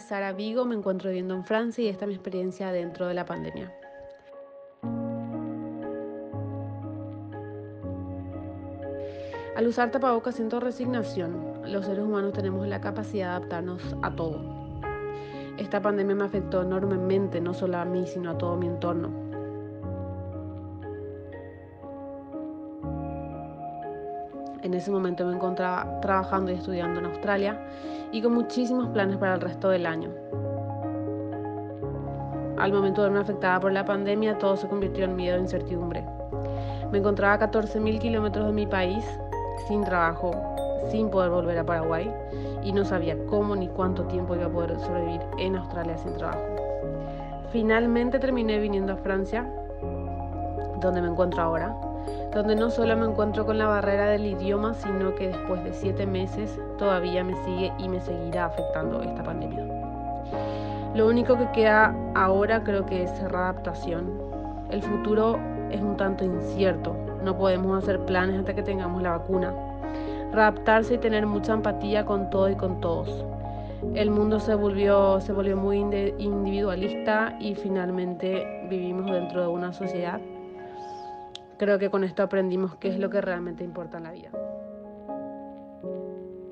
Sara Vigo, me encuentro viviendo en Francia y esta es mi experiencia dentro de la pandemia. Al usar tapabocas siento resignación. Los seres humanos tenemos la capacidad de adaptarnos a todo. Esta pandemia me afectó enormemente, no solo a mí, sino a todo mi entorno. En ese momento me encontraba trabajando y estudiando en Australia y con muchísimos planes para el resto del año. Al momento de verme afectada por la pandemia, todo se convirtió en miedo e incertidumbre. Me encontraba a 14.000 kilómetros de mi país, sin trabajo, sin poder volver a Paraguay y no sabía cómo ni cuánto tiempo iba a poder sobrevivir en Australia sin trabajo. Finalmente terminé viniendo a Francia, donde me encuentro ahora, donde no solo me encuentro con la barrera del idioma, sino que después de 7 meses todavía me sigue y me seguirá afectando esta pandemia. Lo único que queda ahora creo que es readaptación. El futuro es un tanto incierto, no podemos hacer planes hasta que tengamos la vacuna. Readaptarse y tener mucha empatía con todo y con todos. El mundo se volvió muy individualista y finalmente vivimos dentro de una sociedad. Creo que con esto aprendimos qué es lo que realmente importa en la vida.